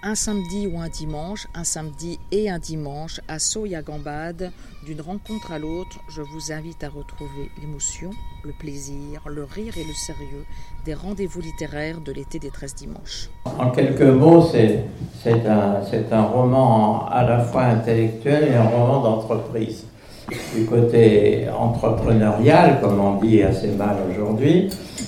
Un samedi ou un dimanche, un samedi et un dimanche, à Sceaux et à Gambade, d'une rencontre à l'autre, je vous invite à retrouver l'émotion, le plaisir, le rire et le sérieux des rendez-vous littéraires de l'été des 13 dimanches. En quelques mots, c'est un roman à la fois intellectuel et un roman d'entreprise. Du côté entrepreneurial, comme on dit assez mal aujourd'hui,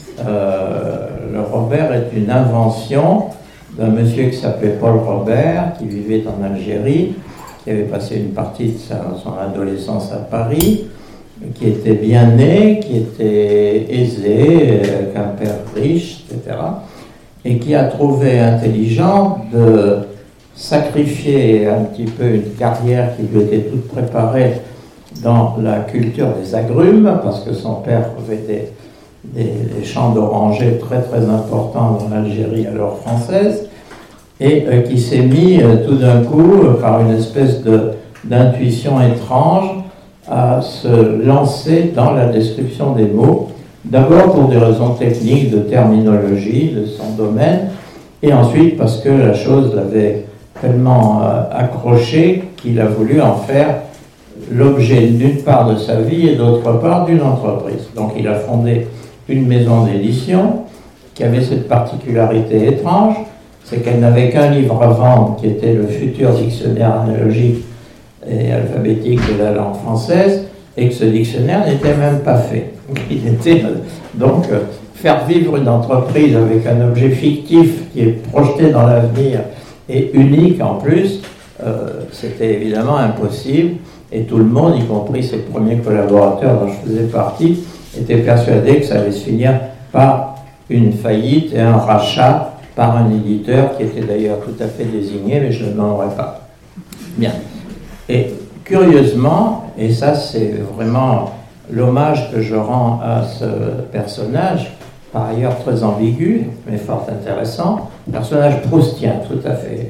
le Robert est une invention d'un monsieur qui s'appelait Paul Robert, qui vivait en Algérie, qui avait passé une partie de son adolescence à Paris, qui était bien né, qui était aisé, avec un père riche, etc., et qui a trouvé intelligent de sacrifier un petit peu une carrière qui lui était toute préparée dans la culture des agrumes, parce que son père avait des champs d'orangers très très importants dans l'Algérie alors française, et qui s'est mis tout d'un coup, par une espèce d'intuition étrange, à se lancer dans la description des mots, d'abord pour des raisons techniques, de terminologie, de son domaine, et ensuite parce que la chose l'avait tellement accroché qu'il a voulu en faire l'objet d'une part de sa vie et d'autre part d'une entreprise. Donc il a fondé une maison d'édition qui avait cette particularité étrange, c'est qu'elle n'avait qu'un livre à vendre qui était le futur dictionnaire analogique et alphabétique de la langue française, et que ce dictionnaire n'était même pas fait. Il était donc faire vivre une entreprise avec un objet fictif qui est projeté dans l'avenir et unique en plus, c'était évidemment impossible, et tout le monde, y compris ses premiers collaborateurs dont je faisais partie, était persuadé que ça allait se finir par une faillite et un rachat par un éditeur qui était d'ailleurs tout à fait désigné, mais je ne le nommerai pas. Bien. Et curieusement, et ça c'est vraiment l'hommage que je rends à ce personnage, par ailleurs très ambigu, mais fort intéressant, personnage proustien, tout à fait.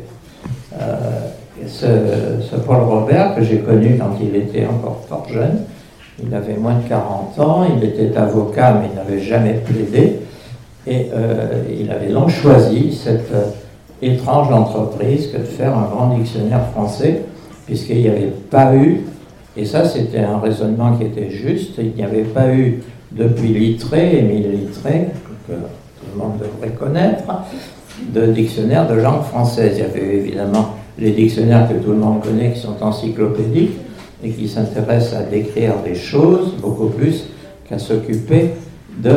Ce Paul Robert, que j'ai connu quand il était encore fort jeune, il avait moins de 40 ans, il était avocat, mais il n'avait jamais plaidé, et il avait donc choisi cette étrange entreprise que de faire un grand dictionnaire français, puisqu'il n'y avait pas eu, et ça c'était un raisonnement qui était juste, il n'y avait pas eu depuis Littré, Émile Littré, que tout le monde devrait connaître, de dictionnaire de langue française. Il y avait évidemment les dictionnaires que tout le monde connaît qui sont encyclopédiques et qui s'intéressent à décrire des choses beaucoup plus qu'à s'occuper de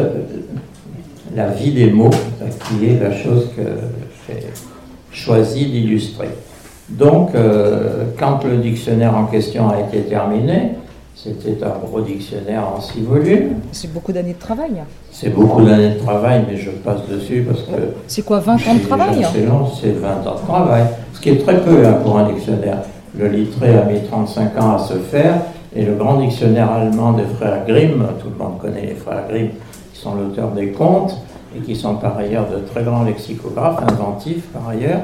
la vie des mots, qui est la chose que j'ai choisi d'illustrer. Donc, quand le dictionnaire en question a été terminé, c'était un gros dictionnaire en 6 volumes. C'est beaucoup d'années de travail. C'est beaucoup d'années de travail, mais je passe dessus parce que... C'est quoi, 20 ans de travail? C'est long, c'est 20 ans de travail, ce qui est très peu pour un dictionnaire. Le Littré a mis 35 ans à se faire, et le grand dictionnaire allemand des frères Grimm, tout le monde connaît les frères Grimm, qui sont l'auteur des contes, et qui sont par ailleurs de très grands lexicographes, inventifs par ailleurs,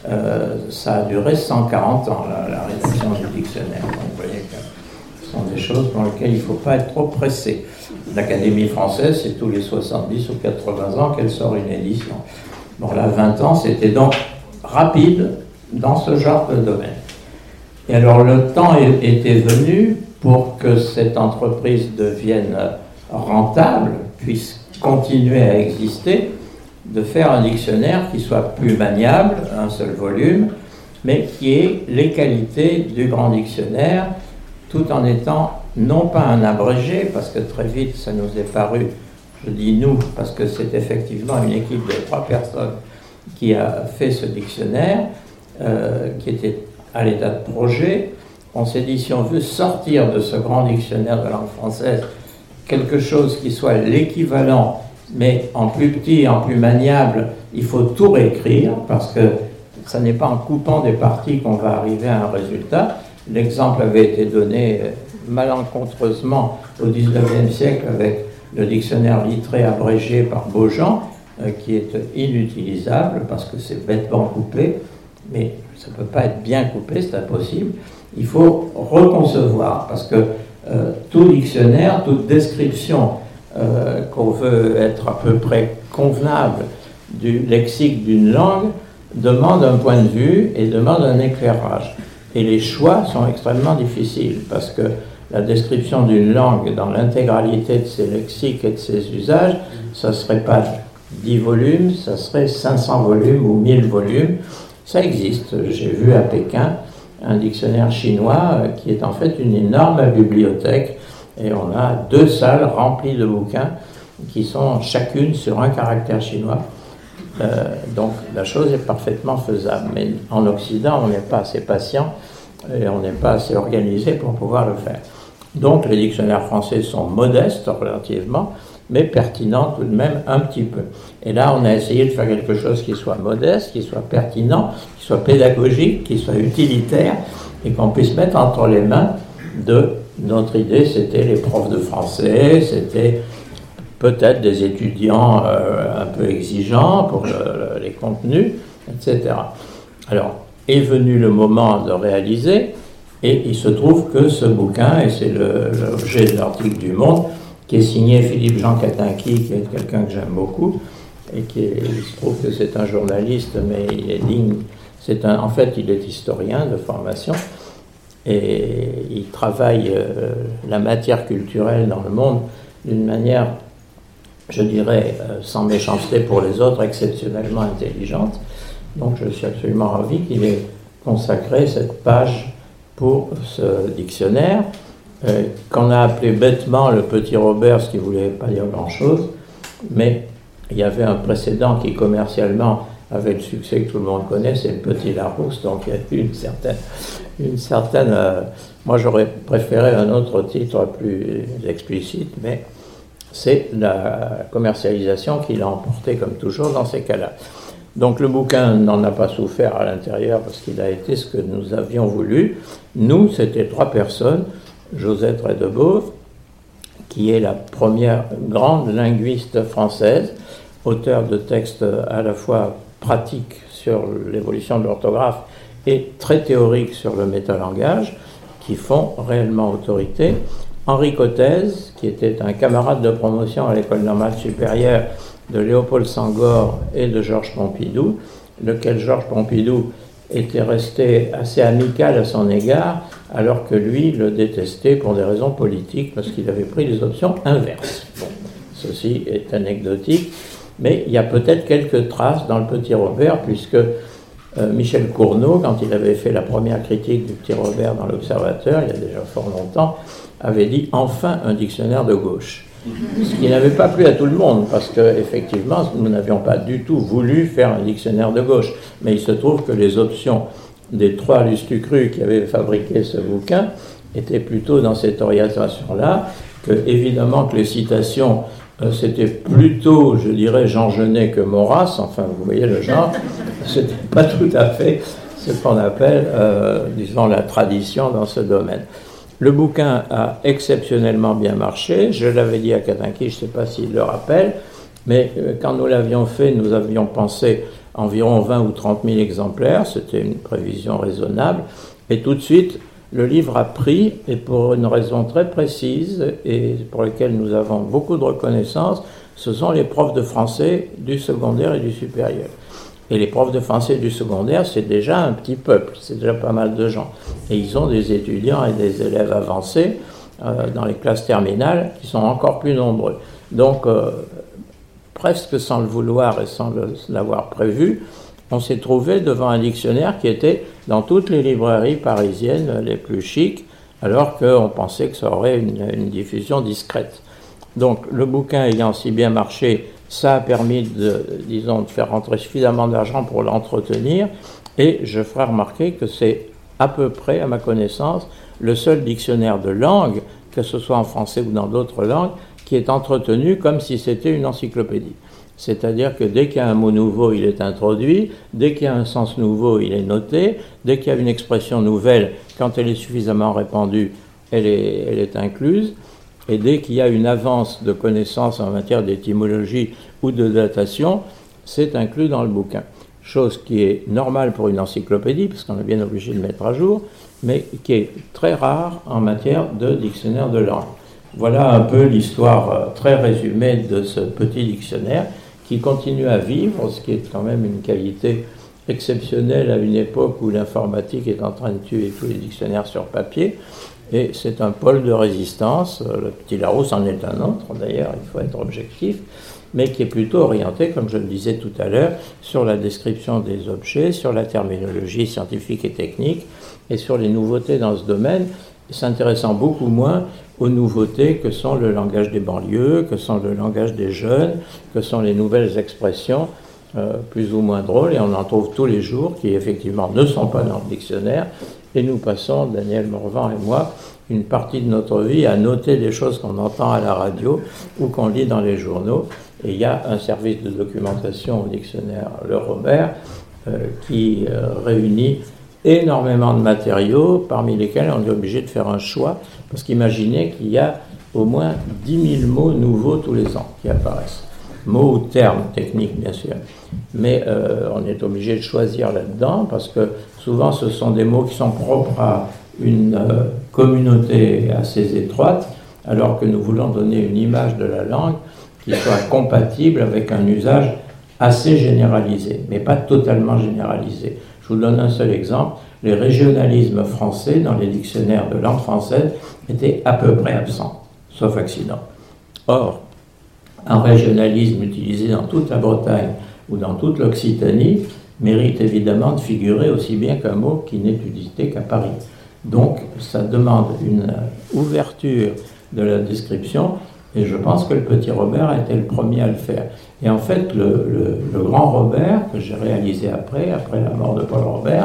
ça a duré 140 ans, la rédaction du dictionnaire. Donc vous voyez que ce sont des choses dans lesquelles il ne faut pas être trop pressé. L'Académie française, c'est tous les 70 ou 80 ans qu'elle sort une édition. Bon, là, 20 ans, c'était donc rapide dans ce genre de domaine. Et alors, le temps était venu pour que cette entreprise devienne rentable, puisse continuer à exister, de faire un dictionnaire qui soit plus maniable, un seul volume, mais qui ait les qualités du grand dictionnaire, tout en étant non pas un abrégé, parce que très vite ça nous est paru, je dis nous, parce que c'est effectivement une équipe de 3 personnes qui a fait ce dictionnaire, qui était à l'état de projet. On s'est dit, si on veut sortir de ce grand dictionnaire de langue française quelque chose qui soit l'équivalent, mais en plus petit, en plus maniable, il faut tout réécrire, parce que ça n'est pas en coupant des parties qu'on va arriver à un résultat. L'exemple avait été donné malencontreusement au XIXe siècle avec le dictionnaire Littré abrégé par Beaujean, qui est inutilisable parce que c'est bêtement coupé, mais ça ne peut pas être bien coupé, c'est impossible. Il faut reconcevoir, parce que tout dictionnaire, toute description qu'on veut être à peu près convenable du lexique d'une langue demande un point de vue et demande un éclairage. Et les choix sont extrêmement difficiles parce que la description d'une langue dans l'intégralité de ses lexiques et de ses usages, ça ne serait pas 10 volumes, ça serait 500 volumes ou 1000 volumes. Ça existe. J'ai vu à Pékin un dictionnaire chinois qui est en fait une énorme bibliothèque et on a 2 salles remplies de bouquins qui sont chacune sur un caractère chinois. Donc la chose est parfaitement faisable. Mais en Occident, on n'est pas assez patient et on n'est pas assez organisé pour pouvoir le faire. Donc les dictionnaires français sont modestes relativement, mais pertinents tout de même un petit peu. Et là, on a essayé de faire quelque chose qui soit modeste, qui soit pertinent, qui soit pédagogique, qui soit utilitaire, et qu'on puisse mettre entre les mains de notre idée. C'était les profs de français, c'était peut-être des étudiants un peu exigeants pour les contenus, etc. Alors, est venu le moment de réaliser, et il se trouve que ce bouquin, et c'est l'objet de l'article du Monde, qui est signé Philippe-Jean Catinqui, qui est quelqu'un que j'aime beaucoup, et il se trouve que c'est un journaliste, mais il est digne. En fait, il est historien de formation, et il travaille la matière culturelle dans le monde d'une manière, je dirais, sans méchanceté pour les autres, exceptionnellement intelligente. Donc je suis absolument ravi qu'il ait consacré cette page pour ce dictionnaire, qu'on a appelé bêtement le Petit Robert, ce qui ne voulait pas dire grand-chose, mais il y avait un précédent qui commercialement avait le succès que tout le monde connaît, c'est le Petit Larousse, donc il y a eu une certaine moi j'aurais préféré un autre titre plus explicite, mais c'est la commercialisation qui l'a emporté comme toujours dans ces cas-là. Donc le bouquin n'en a pas souffert à l'intérieur parce qu'il a été ce que nous avions voulu. Nous, c'était 3 personnes, Josette Redebauve, qui est la première grande linguiste française, auteur de textes à la fois pratiques sur l'évolution de l'orthographe et très théoriques sur le métalangage, qui font réellement autorité. Henri Cottez, qui était un camarade de promotion à l'École normale supérieure de Léopold Senghor et de Georges Pompidou, lequel Georges Pompidou était resté assez amical à son égard, alors que lui le détestait pour des raisons politiques, parce qu'il avait pris les options inverses. Bon, ceci est anecdotique, mais il y a peut-être quelques traces dans le Petit Robert, puisque Michel Cournot, quand il avait fait la première critique du Petit Robert dans l'Observateur, il y a déjà fort longtemps, avait dit « enfin un dictionnaire de gauche ». Ce qui n'avait pas plu à tout le monde, parce qu'effectivement, nous n'avions pas du tout voulu faire un dictionnaire de gauche. Mais il se trouve que les options des 3 Lustucru qui avaient fabriqué ce bouquin étaient plutôt dans cette orientation-là, que évidemment que les citations, c'était plutôt, je dirais, Jean Genet que Maurras, enfin, vous voyez le genre, c'était pas tout à fait ce qu'on appelle, disons, la tradition dans ce domaine. Le bouquin a exceptionnellement bien marché. Je l'avais dit à Catinqui, je ne sais pas s'il le rappelle, mais quand nous l'avions fait, nous avions pensé environ 20 ou 30 000 exemplaires. C'était une prévision raisonnable. Et tout de suite, le livre a pris, et pour une raison très précise, et pour laquelle nous avons beaucoup de reconnaissance, ce sont les profs de français du secondaire et du supérieur. Et les profs de français du secondaire, c'est déjà un petit peuple, c'est déjà pas mal de gens. Et ils ont des étudiants et des élèves avancés dans les classes terminales qui sont encore plus nombreux. Donc, presque sans le vouloir et sans l'avoir prévu, on s'est trouvé devant un dictionnaire qui était dans toutes les librairies parisiennes les plus chics, alors qu'on pensait que ça aurait une diffusion discrète. Donc, le bouquin ayant si bien marché, ça a permis de faire rentrer suffisamment d'argent pour l'entretenir, et je ferai remarquer que c'est à peu près, à ma connaissance, le seul dictionnaire de langue, que ce soit en français ou dans d'autres langues, qui est entretenu comme si c'était une encyclopédie. C'est-à-dire que dès qu'il y a un mot nouveau, il est introduit, dès qu'il y a un sens nouveau, il est noté, dès qu'il y a une expression nouvelle, quand elle est suffisamment répandue, elle est incluse. Et dès qu'il y a une avance de connaissances en matière d'étymologie ou de datation, c'est inclus dans le bouquin. Chose qui est normale pour une encyclopédie, parce qu'on est bien obligé de mettre à jour, mais qui est très rare en matière de dictionnaire de langue. Voilà un peu l'histoire très résumée de ce petit dictionnaire qui continue à vivre, ce qui est quand même une qualité exceptionnel à une époque où l'informatique est en train de tuer tous les dictionnaires sur papier. Et c'est un pôle de résistance. Le Petit Larousse en est un autre, d'ailleurs, il faut être objectif, mais qui est plutôt orienté, comme je le disais tout à l'heure, sur la description des objets, sur la terminologie scientifique et technique, et sur les nouveautés dans ce domaine, s'intéressant beaucoup moins aux nouveautés que sont le langage des banlieues, que sont le langage des jeunes, que sont les nouvelles expressions plus ou moins drôles, et on en trouve tous les jours, qui effectivement ne sont pas dans le dictionnaire, et nous passons, Daniel Morvan et moi, une partie de notre vie à noter des choses qu'on entend à la radio ou qu'on lit dans les journaux. Et il y a un service de documentation au dictionnaire Le Robert qui réunit énormément de matériaux, parmi lesquels on est obligé de faire un choix, parce qu'imaginez qu'il y a au moins 10 000 mots nouveaux tous les ans qui apparaissent. Mots ou termes techniques, bien sûr. Mais on est obligé de choisir là-dedans, parce que souvent ce sont des mots qui sont propres à une communauté assez étroite, alors que nous voulons donner une image de la langue qui soit compatible avec un usage assez généralisé, mais pas totalement généralisé. Je vous donne un seul exemple. Les régionalismes français dans les dictionnaires de langue française étaient à peu près absents, sauf accident. Or, un régionalisme utilisé dans toute la Bretagne ou dans toute l'Occitanie mérite évidemment de figurer aussi bien qu'un mot qui n'est utilisé qu'à Paris. Donc, ça demande une ouverture de la description, et je pense que le Petit Robert a été le premier à le faire. Et en fait, le Grand Robert, que j'ai réalisé après la mort de Paul Robert,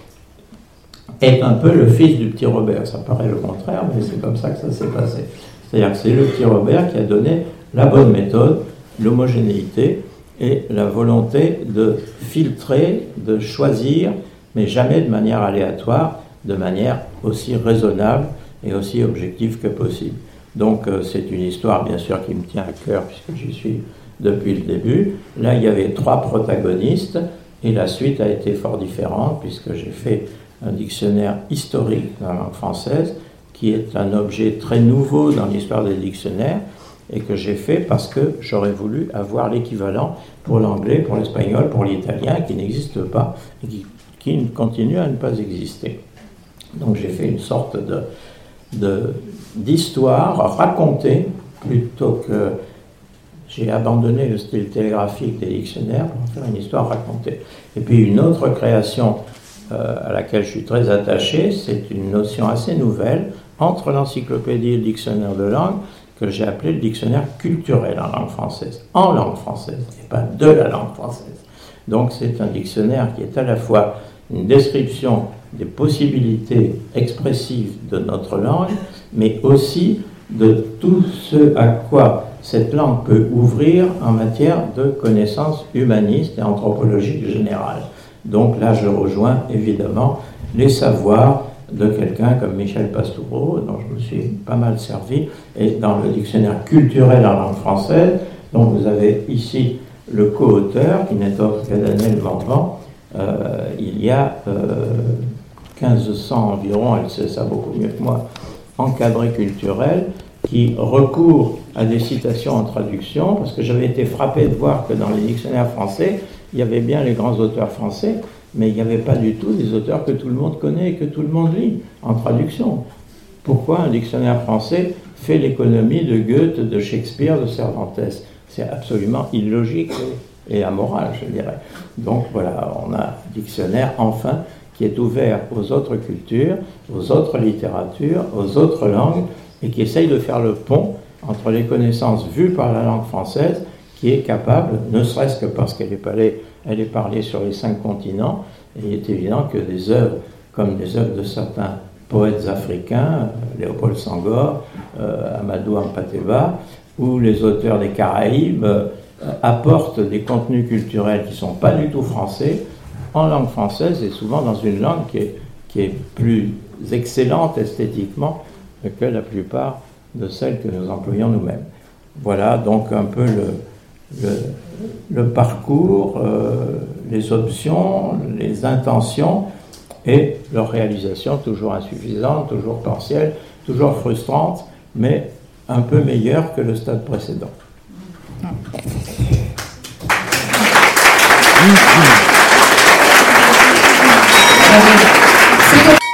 est un peu le fils du Petit Robert. Ça paraît le contraire, mais c'est comme ça que ça s'est passé. C'est-à-dire que c'est le Petit Robert qui a donné la bonne méthode, l'homogénéité et la volonté de filtrer, de choisir, mais jamais de manière aléatoire, de manière aussi raisonnable et aussi objective que possible. Donc c'est une histoire bien sûr qui me tient à cœur puisque j'y suis depuis le début. Là il y avait 3 protagonistes et la suite a été fort différente puisque j'ai fait un dictionnaire historique dans la langue française qui est un objet très nouveau dans l'histoire des dictionnaires et que j'ai fait parce que j'aurais voulu avoir l'équivalent pour l'anglais, pour l'espagnol, pour l'italien qui n'existe pas et qui continue à ne pas exister. Donc j'ai fait une sorte d'histoire racontée plutôt que j'ai abandonné le style télégraphique des dictionnaires pour faire une histoire racontée. Et puis une autre création à laquelle je suis très attaché, c'est une notion assez nouvelle entre l'encyclopédie et le dictionnaire de langue que j'ai appelé le dictionnaire culturel en langue française et pas de la langue française. Donc c'est un dictionnaire qui est à la fois une description des possibilités expressives de notre langue, mais aussi de tout ce à quoi cette langue peut ouvrir en matière de connaissances humanistes et anthropologiques générales. Donc là, je rejoins évidemment les savoirs de quelqu'un comme Michel Pastoureau, dont je me suis pas mal servi, et dans le dictionnaire culturel en langue française, dont vous avez ici le co-auteur, qui n'est autre que Daniel Morvan. Il y a 1500 environ, elle sait ça beaucoup mieux que moi, encadré culturel, qui recourt à des citations en traduction, parce que j'avais été frappé de voir que dans les dictionnaires français, il y avait bien les grands auteurs français, mais il n'y avait pas du tout des auteurs que tout le monde connaît et que tout le monde lit en traduction. Pourquoi un dictionnaire français fait l'économie de Goethe, de Shakespeare, de Cervantes? C'est absolument illogique et amoral, je dirais. Donc voilà, on a un dictionnaire, enfin, qui est ouvert aux autres cultures, aux autres littératures, aux autres langues, et qui essaye de faire le pont entre les connaissances vues par la langue française, qui est capable, ne serait-ce que parce qu'elle est parlée sur les 5 continents, et il est évident que des œuvres, comme des œuvres de certains poètes africains, Léopold Senghor, Amadou Hampâté-Bâ, ou les auteurs des Caraïbes, apportent des contenus culturels qui ne sont pas du tout français, en langue française, et souvent dans une langue qui est plus excellente esthétiquement que la plupart de celles que nous employons nous-mêmes. Voilà donc un peu le parcours, les options, les intentions et leur réalisation toujours insuffisante, toujours partielle, toujours frustrante, mais un peu meilleure que le stade précédent. Bravo.